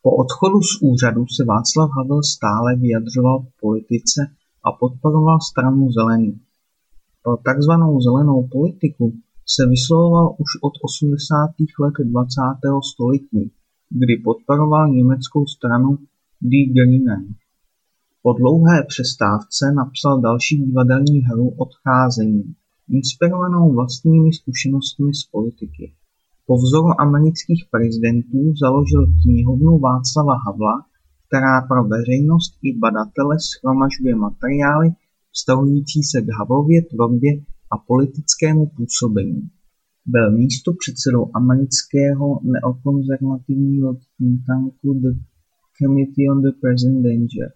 Po odchodu z úřadu se Václav Havel stále vyjadřoval v politice a podporoval Stranu zelených. Pro takzvanou zelenou politiku se vyslovoval už od 80. let 20. století, kdy podporoval německou stranu Die Grünen. Po dlouhé přestávce napsal další divadelní hru Odcházení, inspirovanou vlastními zkušenostmi z politiky. Po vzoru amerických prezidentů založil knihovnu Václava Havla, která pro veřejnost i badatele shromažďuje materiály vztahující se k Havlově tvorbě a politickému působení. Byl místopředsedou amerického neokonzervativního think tanku The Committee on the Present Danger.